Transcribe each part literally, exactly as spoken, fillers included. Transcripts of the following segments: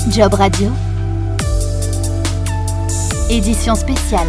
Job Radio, édition spéciale.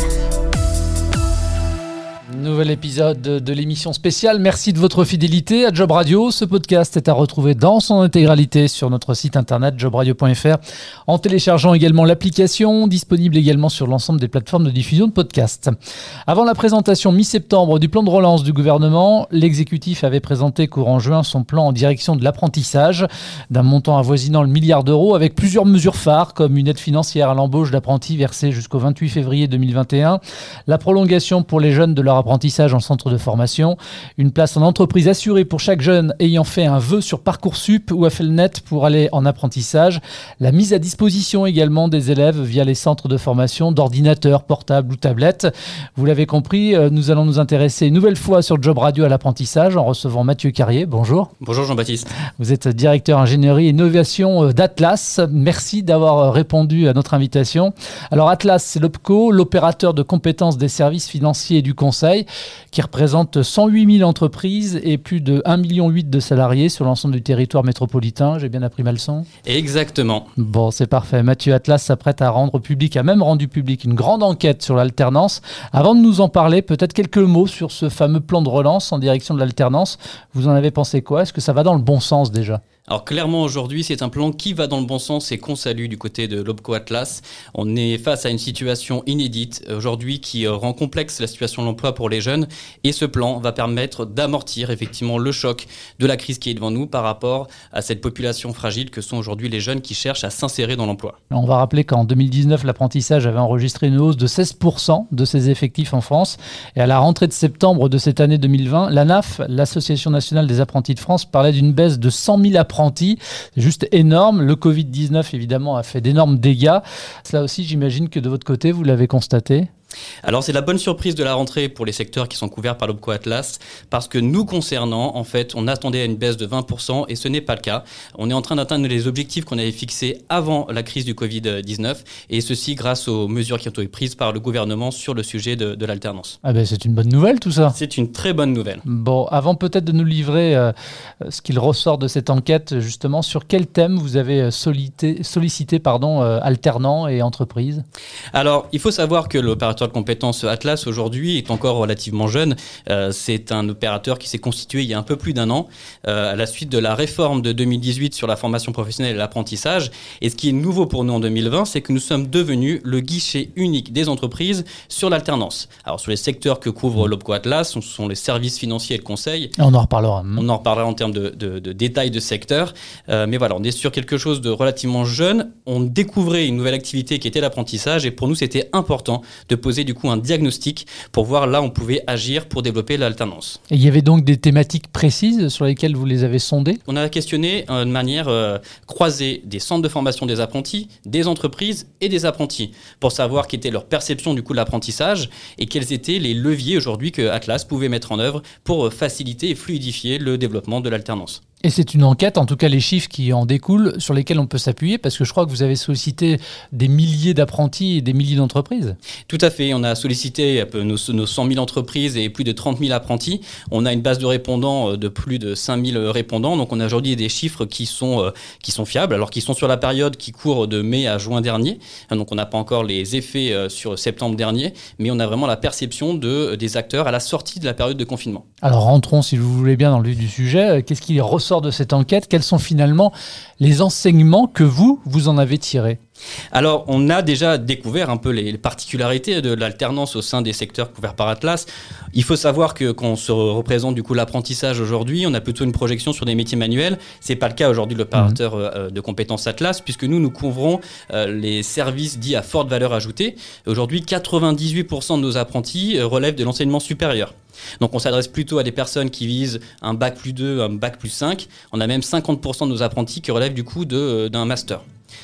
Nouvel épisode de l'émission spéciale. Merci de votre fidélité à Job Radio. Ce podcast est à retrouver dans son intégralité sur notre site internet job radio point f r en téléchargeant également l'application, disponible également sur l'ensemble des plateformes de diffusion de podcasts. Avant la présentation mi-septembre du plan de relance du gouvernement, l'exécutif avait présenté courant juin son plan en direction de l'apprentissage d'un montant avoisinant le milliard d'euros avec plusieurs mesures phares comme une aide financière à l'embauche d'apprentis versée jusqu'au vingt-huit février deux mille vingt et un, la prolongation pour les jeunes de leur apprentissage apprentissage en centre de formation, une place en entreprise assurée pour chaque jeune ayant fait un vœu sur Parcoursup ou Affelnet pour aller en apprentissage, la mise à disposition également des élèves via les centres de formation d'ordinateurs portables ou tablettes. Vous l'avez compris, nous allons nous intéresser une nouvelle fois sur Job Radio à l'apprentissage en recevant Mathieu Carrier. Bonjour. Bonjour Jean-Baptiste. Vous êtes directeur ingénierie et innovation d'Atlas. Merci d'avoir répondu à notre invitation. Alors Atlas, c'est l'OPCO, l'opérateur de compétences des services financiers et du conseil, qui représente cent huit mille entreprises et plus de un virgule huit million de salariés sur l'ensemble du territoire métropolitain. J'ai bien appris ma leçon ? Exactement. Bon, c'est parfait. Mathieu, Atlas s'apprête à rendre public, a même rendu public une grande enquête sur l'alternance. Avant de nous en parler, peut-être quelques mots sur ce fameux plan de relance en direction de l'alternance. Vous en avez pensé quoi ? Est-ce que ça va dans le bon sens déjà ? Alors clairement aujourd'hui c'est un plan qui va dans le bon sens et qu'on salue du côté de l'OPCO Atlas. On est face à une situation inédite aujourd'hui qui rend complexe la situation de l'emploi pour les jeunes et ce plan va permettre d'amortir effectivement le choc de la crise qui est devant nous par rapport à cette population fragile que sont aujourd'hui les jeunes qui cherchent à s'insérer dans l'emploi. On va rappeler qu'en deux mille dix-neuf l'apprentissage avait enregistré une hausse de seize pour cent de ses effectifs en France et à la rentrée de septembre de cette année deux mille vingt, l'A N A F, l'Association nationale des apprentis de France, parlait d'une baisse de cent mille apprentis. C'est juste énorme. Le covid dix-neuf, évidemment, a fait d'énormes dégâts. Cela aussi, j'imagine que de votre côté, vous l'avez constaté. Alors c'est la bonne surprise de la rentrée pour les secteurs qui sont couverts par l'OPCO Atlas parce que nous concernant, en fait, on attendait à une baisse de vingt pour cent et ce n'est pas le cas. On est en train d'atteindre les objectifs qu'on avait fixés avant la crise du covid dix-neuf et ceci grâce aux mesures qui ont été prises par le gouvernement sur le sujet de, de l'alternance. Ah ben c'est une bonne nouvelle tout ça. C'est une très bonne nouvelle. Bon, avant peut-être de nous livrer euh, ce qu'il ressort de cette enquête, justement, sur quel thème vous avez sollicité, sollicité pardon, euh, alternants et entreprises ? Alors, il faut savoir que l'opérateur de compétences Atlas aujourd'hui est encore relativement jeune. Euh, c'est un opérateur qui s'est constitué il y a un peu plus d'un an euh, à la suite de la réforme de deux mille dix-huit sur la formation professionnelle et l'apprentissage. Et ce qui est nouveau pour nous en deux mille vingt, c'est que nous sommes devenus le guichet unique des entreprises sur l'alternance. Alors sur les secteurs que couvre l'OPCO Atlas, ce sont les services financiers et le conseil. On en reparlera. On en reparlera en termes de, de, de détails de secteur. Euh, mais voilà, on est sur quelque chose de relativement jeune. On découvrait une nouvelle activité qui était l'apprentissage et pour nous c'était important de poser du coup un diagnostic pour voir là on pouvait agir pour développer l'alternance. Et il y avait donc des thématiques précises sur lesquelles vous les avez sondées ? On a questionné euh, de manière euh, croisée des centres de formation des apprentis, des entreprises et des apprentis pour savoir quelle était leur perception du coup de l'apprentissage et quels étaient les leviers aujourd'hui que Atlas pouvait mettre en œuvre pour euh, faciliter et fluidifier le développement de l'alternance. Et c'est une enquête, en tout cas les chiffres qui en découlent, sur lesquels on peut s'appuyer, parce que je crois que vous avez sollicité des milliers d'apprentis et des milliers d'entreprises. Tout à fait, on a sollicité nos, nos cent mille entreprises et plus de trente mille apprentis. On a une base de répondants de plus de cinq mille répondants, donc on a aujourd'hui des chiffres qui sont, qui sont fiables, alors qu'ils sont sur la période qui court de mai à juin dernier. Donc on n'a pas encore les effets sur septembre dernier, mais on a vraiment la perception de, des acteurs à la sortie de la période de confinement. Alors rentrons, si vous voulez bien, dans le vif du sujet. Qu'est-ce qui ressort de cette enquête ? Quels sont finalement les enseignements que vous, vous en avez tirés ? Alors, on a déjà découvert un peu les particularités de l'alternance au sein des secteurs couverts par Atlas. Il faut savoir que quand on se représente du coup l'apprentissage aujourd'hui, on a plutôt une projection sur des métiers manuels. C'est pas le cas aujourd'hui de l'opérateur mmh. de compétences Atlas, puisque nous, nous couvrons les services dits à forte valeur ajoutée. Aujourd'hui, quatre-vingt-dix-huit pour cent de nos apprentis relèvent de l'enseignement supérieur. Donc on s'adresse plutôt à des personnes qui visent un bac plus deux, un bac plus cinq. On a même cinquante pour cent de nos apprentis qui relèvent du coup de, d'un master.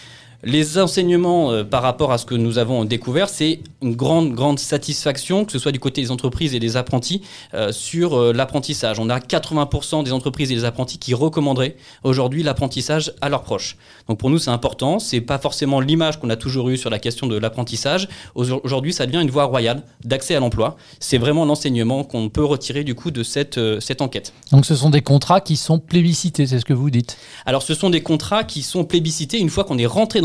Les enseignements euh, par rapport à ce que nous avons découvert, c'est une grande, grande satisfaction, que ce soit du côté des entreprises et des apprentis, euh, sur euh, l'apprentissage. On a quatre-vingts pour cent des entreprises et des apprentis qui recommanderaient aujourd'hui l'apprentissage à leurs proches. Donc pour nous, c'est important. C'est pas forcément l'image qu'on a toujours eue sur la question de l'apprentissage. Aujourd'hui, ça devient une voie royale d'accès à l'emploi. C'est vraiment l'enseignement qu'on peut retirer du coup de cette, euh, cette enquête. Donc ce sont des contrats qui sont plébiscités, c'est ce que vous dites ? Alors ce sont des contrats qui sont plébiscités une fois qu'on est rentré dans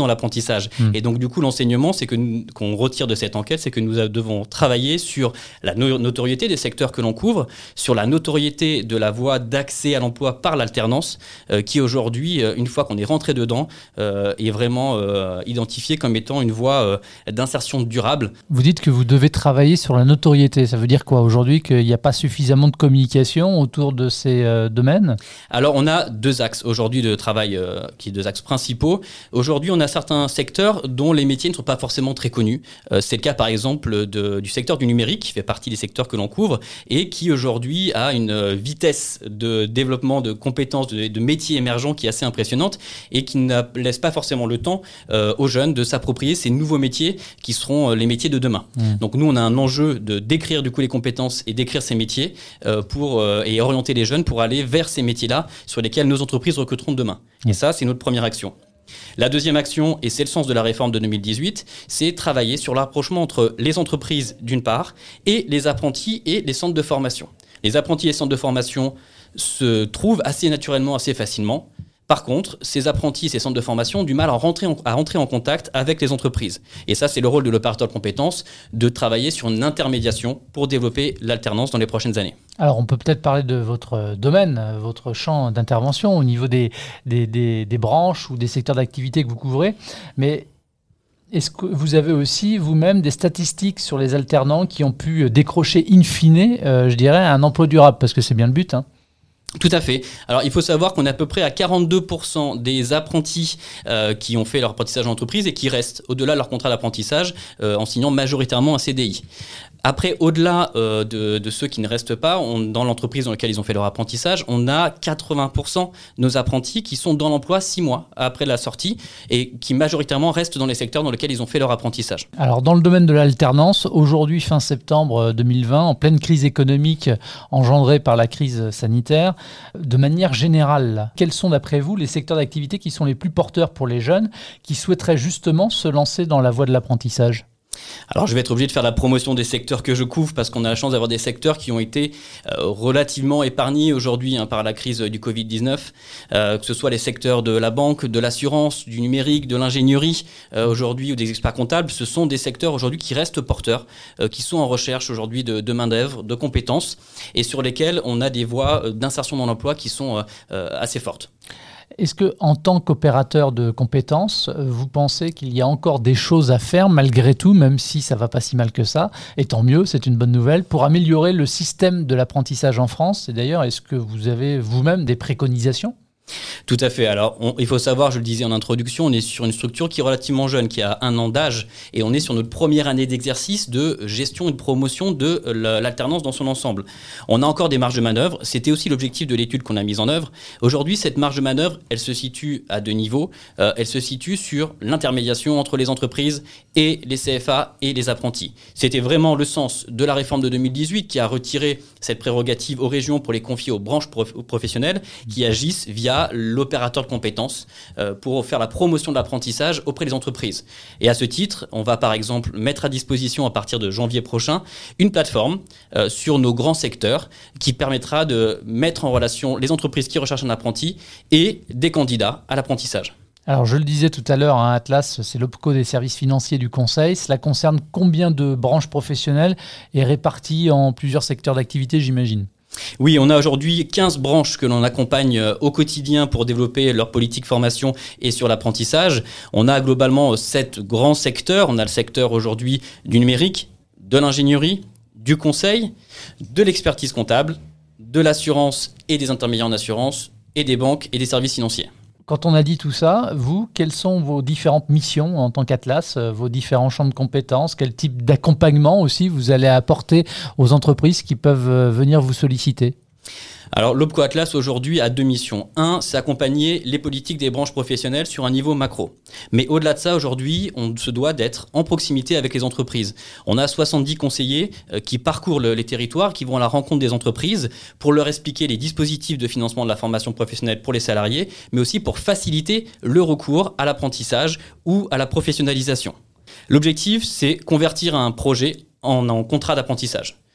dans l'apprentissage. Mmh. Et donc, du coup, l'enseignement, c'est que nous, qu'on retire de cette enquête, c'est que nous devons travailler sur la no- notoriété des secteurs que l'on couvre, sur la notoriété de la voie d'accès à l'emploi par l'alternance, euh, qui aujourd'hui, euh, une fois qu'on est rentré dedans, euh, est vraiment euh, identifiée comme étant une voie euh, d'insertion durable. Vous dites que vous devez travailler sur la notoriété. Ça veut dire quoi aujourd'hui, qu'il n'y a pas suffisamment de communication autour de ces euh, domaines ? Alors, on a deux axes aujourd'hui de travail, euh, qui deux axes principaux. Aujourd'hui, on a certains secteurs dont les métiers ne sont pas forcément très connus. Euh, c'est le cas, par exemple, de, du secteur du numérique, qui fait partie des secteurs que l'on couvre et qui aujourd'hui a une vitesse de développement de compétences, de, de métiers émergents qui est assez impressionnante et qui ne laisse pas forcément le temps euh, aux jeunes de s'approprier ces nouveaux métiers qui seront euh, les métiers de demain. Mmh. Donc nous, on a un enjeu de décrire du coup les compétences et d'écrire ces métiers euh, pour, euh, et orienter les jeunes pour aller vers ces métiers-là sur lesquels nos entreprises recruteront demain. Mmh. Et ça, c'est notre première action. La deuxième action, et c'est le sens de la réforme de deux mille dix-huit, c'est travailler sur le rapprochement entre les entreprises d'une part et les apprentis et les centres de formation. Les apprentis et les centres de formation se trouvent assez naturellement, assez facilement. Par contre, ces apprentis, ces centres de formation ont du mal à rentrer, en, à rentrer en contact avec les entreprises. Et ça, c'est le rôle de l'opérateur de compétences, de travailler sur une intermédiation pour développer l'alternance dans les prochaines années. Alors, on peut peut-être parler de votre domaine, votre champ d'intervention au niveau des, des, des, des branches ou des secteurs d'activité que vous couvrez. Mais est-ce que vous avez aussi vous-même des statistiques sur les alternants qui ont pu décrocher in fine, euh, je dirais, un emploi durable ? Parce que c'est bien le but, hein. Tout à fait. Alors, il faut savoir qu'on est à peu près à quarante-deux pour cent des apprentis euh, qui ont fait leur apprentissage en entreprise et qui restent au-delà de leur contrat d'apprentissage euh, en signant majoritairement un C D I. Après, au-delà euh, de, de ceux qui ne restent pas, on, dans l'entreprise dans laquelle ils ont fait leur apprentissage, on a quatre-vingts pour cent de nos apprentis qui sont dans l'emploi six mois après la sortie et qui majoritairement restent dans les secteurs dans lesquels ils ont fait leur apprentissage. Alors, dans le domaine de l'alternance, aujourd'hui, fin septembre deux mille vingt, en pleine crise économique engendrée par la crise sanitaire, de manière générale, quels sont d'après vous les secteurs d'activité qui sont les plus porteurs pour les jeunes qui souhaiteraient justement se lancer dans la voie de l'apprentissage ? Alors, je vais être obligé de faire la promotion des secteurs que je couvre parce qu'on a la chance d'avoir des secteurs qui ont été euh, relativement épargnés aujourd'hui hein, par la crise du covid dix-neuf, euh, que ce soit les secteurs de la banque, de l'assurance, du numérique, de l'ingénierie euh, aujourd'hui ou des experts comptables. Ce sont des secteurs aujourd'hui qui restent porteurs, euh, qui sont en recherche aujourd'hui de, de main-d'œuvre, de compétences et sur lesquels on a des voies d'insertion dans l'emploi qui sont euh, euh, assez fortes. Est-ce que, en tant qu'opérateur de compétences, vous pensez qu'il y a encore des choses à faire malgré tout, même si ça ne va pas si mal que ça, et tant mieux, c'est une bonne nouvelle, pour améliorer le système de l'apprentissage en France ? Et d'ailleurs, est-ce que vous avez vous-même des préconisations ? Tout à fait. Alors, on, il faut savoir, je le disais en introduction, on est sur une structure qui est relativement jeune, qui a un an d'âge, et on est sur notre première année d'exercice de gestion et de promotion de l'alternance dans son ensemble. On a encore des marges de manœuvre. C'était aussi l'objectif de l'étude qu'on a mise en œuvre. Aujourd'hui, cette marge de manœuvre, elle se situe à deux niveaux. Euh, elle se situe sur l'intermédiation entre les entreprises et les C F A et les apprentis. C'était vraiment le sens de la réforme de deux mille dix-huit qui a retiré cette prérogative aux régions pour les confier aux branches prof- aux professionnelles qui agissent via l'opérateur de compétences euh, pour faire la promotion de l'apprentissage auprès des entreprises. Et à ce titre, on va par exemple mettre à disposition à partir de janvier prochain une plateforme euh, sur nos grands secteurs qui permettra de mettre en relation les entreprises qui recherchent un apprenti et des candidats à l'apprentissage. Alors, je le disais tout à l'heure, hein, Atlas, c'est l'OPCO des services financiers du Conseil. Cela concerne combien de branches professionnelles et réparties en plusieurs secteurs d'activité, j'imagine ? Oui, on a aujourd'hui quinze branches que l'on accompagne au quotidien pour développer leur politique formation et sur l'apprentissage. On a globalement sept grands secteurs. On a le secteur aujourd'hui du numérique, de l'ingénierie, du conseil, de l'expertise comptable, de l'assurance et des intermédiaires en assurance, et des banques et des services financiers. Quand on a dit tout ça, vous, quelles sont vos différentes missions en tant qu'Atlas, vos différents champs de compétences, quel type d'accompagnement aussi vous allez apporter aux entreprises qui peuvent venir vous solliciter ? Alors, l'OPCO Atlas aujourd'hui a deux missions. Un, c'est accompagner les politiques des branches professionnelles sur un niveau macro. Mais au-delà de ça, aujourd'hui, on se doit d'être en proximité avec les entreprises. On a soixante-dix conseillers euh, qui parcourent le, les territoires, qui vont à la rencontre des entreprises pour leur expliquer les dispositifs de financement de la formation professionnelle pour les salariés, mais aussi pour faciliter le recours à l'apprentissage ou à la professionnalisation. L'objectif, c'est convertir un projet en, en contrat d'apprentissage.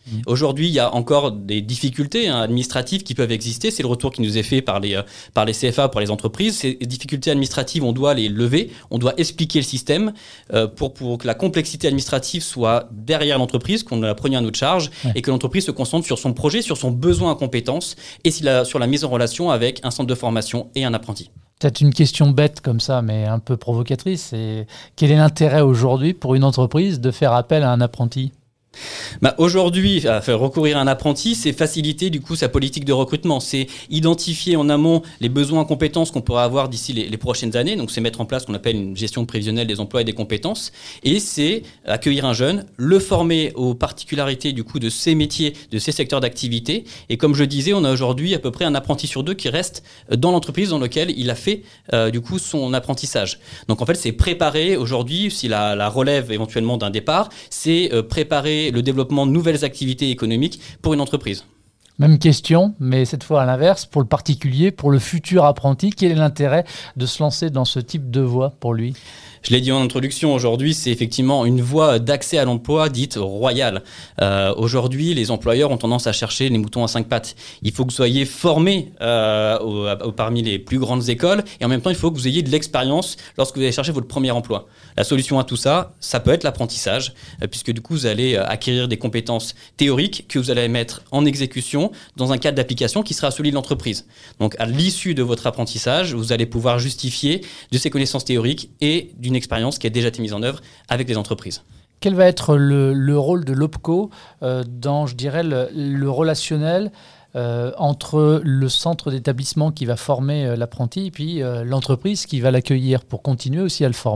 Mmh. Aujourd'hui, il y a encore des difficultés hein, administratives qui peuvent exister. C'est le retour qui nous est fait par les, euh, par les C F A, par les entreprises. Ces difficultés administratives, on doit les lever, on doit expliquer le système euh, pour, pour que la complexité administrative soit derrière l'entreprise, qu'on la prenne à notre charge ouais. et que l'entreprise se concentre sur son projet, sur son besoin en compétences et si la, sur la mise en relation avec un centre de formation et un apprenti. Peut-être une question bête comme ça, mais un peu provocatrice. C'est quel est l'intérêt aujourd'hui pour une entreprise de faire appel à un apprenti ? Bah aujourd'hui, faire recourir à un apprenti, c'est faciliter du coup sa politique de recrutement. C'est identifier en amont les besoins en compétences qu'on pourra avoir d'ici les, les prochaines années. Donc c'est mettre en place ce qu'on appelle une gestion prévisionnelle des emplois et des compétences. Et c'est accueillir un jeune, le former aux particularités du coup de ses métiers, de ses secteurs d'activité. Et comme je disais, on a aujourd'hui à peu près un apprenti sur deux qui reste dans l'entreprise dans laquelle il a fait euh, du coup son apprentissage. Donc en fait, c'est préparer aujourd'hui, si la, la relève éventuellement d'un départ, c'est euh, préparer le développement de nouvelles activités économiques pour une entreprise. Même question, mais cette fois à l'inverse, pour le particulier, pour le futur apprenti, quel est l'intérêt de se lancer dans ce type de voie pour lui ? Je l'ai dit en introduction, aujourd'hui, c'est effectivement une voie d'accès à l'emploi dite royale. Euh, aujourd'hui, les employeurs ont tendance à chercher les moutons à cinq pattes. Il faut que vous soyez formé euh, au, au, parmi les plus grandes écoles et en même temps, il faut que vous ayez de l'expérience lorsque vous allez chercher votre premier emploi. La solution à tout ça, ça peut être l'apprentissage, euh, puisque du coup, vous allez acquérir des compétences théoriques que vous allez mettre en exécution dans un cadre d'application qui sera celui de l'entreprise. Donc, à l'issue de votre apprentissage, vous allez pouvoir justifier de ces connaissances théoriques et d'une expérience qui a déjà été mise en œuvre avec les entreprises. Quel va être le, le rôle de l'OPCO euh, dans, je dirais, le, le relationnel euh, entre le centre d'établissement qui va former euh, l'apprenti et puis euh, l'entreprise qui va l'accueillir pour continuer aussi à le former ?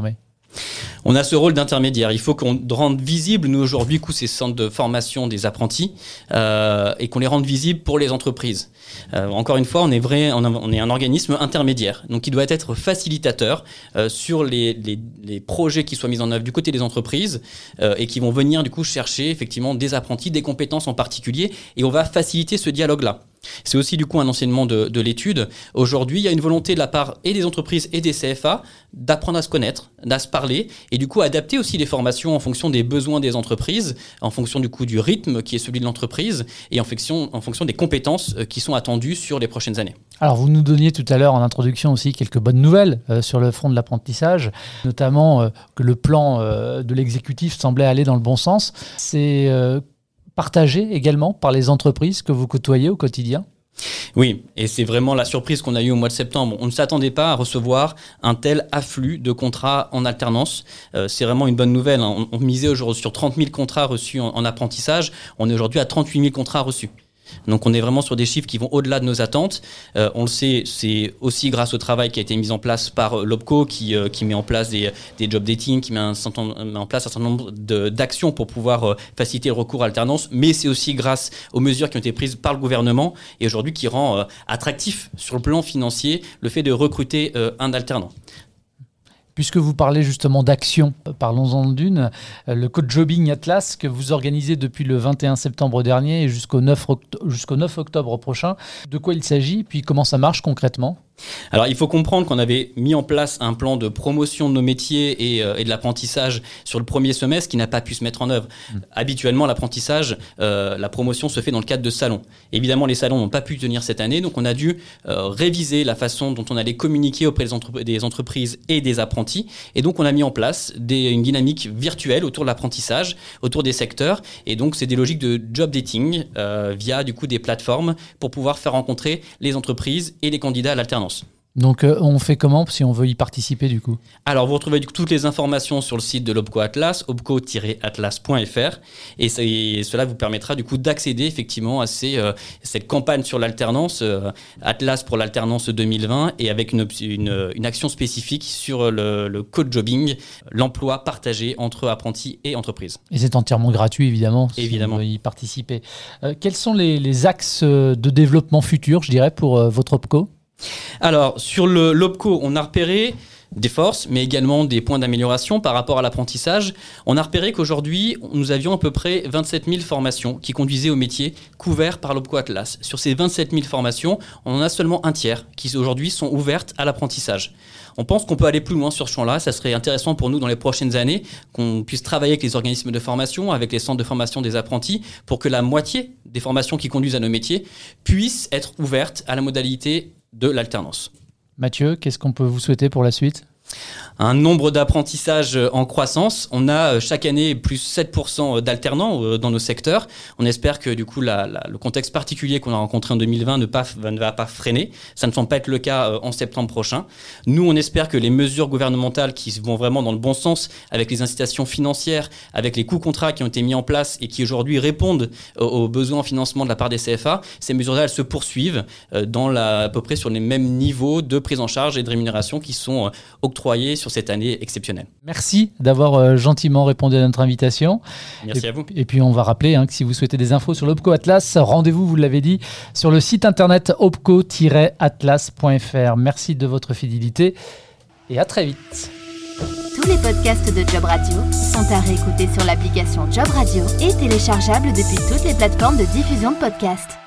On a ce rôle d'intermédiaire. Il faut qu'on rende visible, nous aujourd'hui, coup, ces centres de formation des apprentis euh, et qu'on les rende visibles pour les entreprises. Euh, encore une fois, on est, vrai, on, a, on est un organisme intermédiaire, donc il doit être facilitateur euh, sur les, les, les projets qui soient mis en œuvre du côté des entreprises euh, et qui vont venir du coup chercher effectivement des apprentis, des compétences en particulier, et on va faciliter ce dialogue-là. C'est aussi du coup un enseignement de, de l'étude. Aujourd'hui, il y a une volonté de la part et des entreprises et des C F A d'apprendre à se connaître, à se parler et du coup adapter aussi les formations en fonction des besoins des entreprises, en fonction du coup du rythme qui est celui de l'entreprise et en fonction, en fonction des compétences qui sont attendues sur les prochaines années. Alors vous nous donniez tout à l'heure en introduction aussi quelques bonnes nouvelles euh, sur le front de l'apprentissage, notamment euh, que le plan euh, de l'exécutif semblait aller dans le bon sens. C'est euh, partagé également par les entreprises que vous côtoyez au quotidien ? Oui, et c'est vraiment la surprise qu'on a eue au mois de septembre. On ne s'attendait pas à recevoir un tel afflux de contrats en alternance. Euh, c'est vraiment une bonne nouvelle. Hein. On, on misait aujourd'hui sur trente mille contrats reçus en, en apprentissage. On est aujourd'hui à trente-huit mille contrats reçus. Donc on est vraiment sur des chiffres qui vont au-delà de nos attentes. Euh, on le sait, c'est aussi grâce au travail qui a été mis en place par l'OPCO qui, euh, qui met en place des, des job dating, qui met, un, met en place un certain nombre de, d'actions pour pouvoir euh, faciliter le recours à l'alternance, mais c'est aussi grâce aux mesures qui ont été prises par le gouvernement et aujourd'hui qui rend euh, attractif sur le plan financier le fait de recruter euh, un alternant. Puisque vous parlez justement d'action, parlons-en d'une. Le Cojobbing Atlas que vous organisez depuis le vingt et un septembre dernier et jusqu'au neuf, octo- jusqu'au neuf octobre prochain. De quoi il s'agit, puis comment ça marche concrètement ? Alors, il faut comprendre qu'on avait mis en place un plan de promotion de nos métiers et, euh, et de l'apprentissage sur le premier semestre qui n'a pas pu se mettre en œuvre. Mmh. Habituellement, l'apprentissage, euh, la promotion se fait dans le cadre de salons. Évidemment, les salons n'ont pas pu tenir cette année, donc on a dû euh, réviser la façon dont on allait communiquer auprès des, entre- des entreprises et des apprentis. Et donc, on a mis en place des, une dynamique virtuelle autour de l'apprentissage, autour des secteurs. Et donc, c'est des logiques de job dating euh, via du coup des plateformes pour pouvoir faire rencontrer les entreprises et les candidats à l'alternance. Donc euh, on fait comment si on veut y participer du coup ? Alors vous retrouvez du coup toutes les informations sur le site de l'OPCO Atlas, opco tiret atlas point f r, et, ça, et cela vous permettra du coup d'accéder effectivement à ces, euh, cette campagne sur l'alternance, euh, Atlas pour l'alternance deux mille vingt, et avec une, une, une action spécifique sur le, le cojobbing, l'emploi partagé entre apprentis et entreprises. Et c'est entièrement gratuit évidemment, évidemment. Si on veut y participer. Euh, quels sont les, les axes de développement futurs, je dirais, pour euh, votre OPCO ? Alors, sur le, l'OPCO, on a repéré des forces, mais également des points d'amélioration par rapport à l'apprentissage. On a repéré qu'aujourd'hui, nous avions à peu près vingt-sept mille formations qui conduisaient au métier couverts par l'Opco Atlas. Sur ces vingt-sept mille formations, on en a seulement un tiers qui aujourd'hui sont ouvertes à l'apprentissage. On pense qu'on peut aller plus loin sur ce champ-là. Ça serait intéressant pour nous dans les prochaines années qu'on puisse travailler avec les organismes de formation, avec les centres de formation des apprentis, pour que la moitié des formations qui conduisent à nos métiers puissent être ouvertes à la modalité de l'alternance. Mathieu, qu'est-ce qu'on peut vous souhaiter pour la suite ? Un nombre d'apprentissages en croissance. On a chaque année plus sept pour cent d'alternants dans nos secteurs. On espère que du coup la, la, le contexte particulier qu'on a rencontré en deux mille vingt ne, pas, ne va pas freiner. Ça ne semble pas être le cas en septembre prochain. Nous, on espère que les mesures gouvernementales qui vont vraiment dans le bon sens, avec les incitations financières, avec les coûts-contrats qui ont été mis en place et qui aujourd'hui répondent aux, aux besoins en financement de la part des C F A, ces mesures-là, elles se poursuivent dans la, à peu près sur les mêmes niveaux de prise en charge et de rémunération qui sont octroyés sur cette année exceptionnelle. Merci d'avoir euh, gentiment répondu à notre invitation. Merci et, à vous. Et puis on va rappeler hein, que si vous souhaitez des infos sur l'Opco Atlas, rendez-vous, vous l'avez dit, sur le site internet opco tiret atlas point f r. Merci de votre fidélité et à très vite. Tous les podcasts de Job Radio sont à réécouter sur l'application Job Radio et téléchargeables depuis toutes les plateformes de diffusion de podcasts.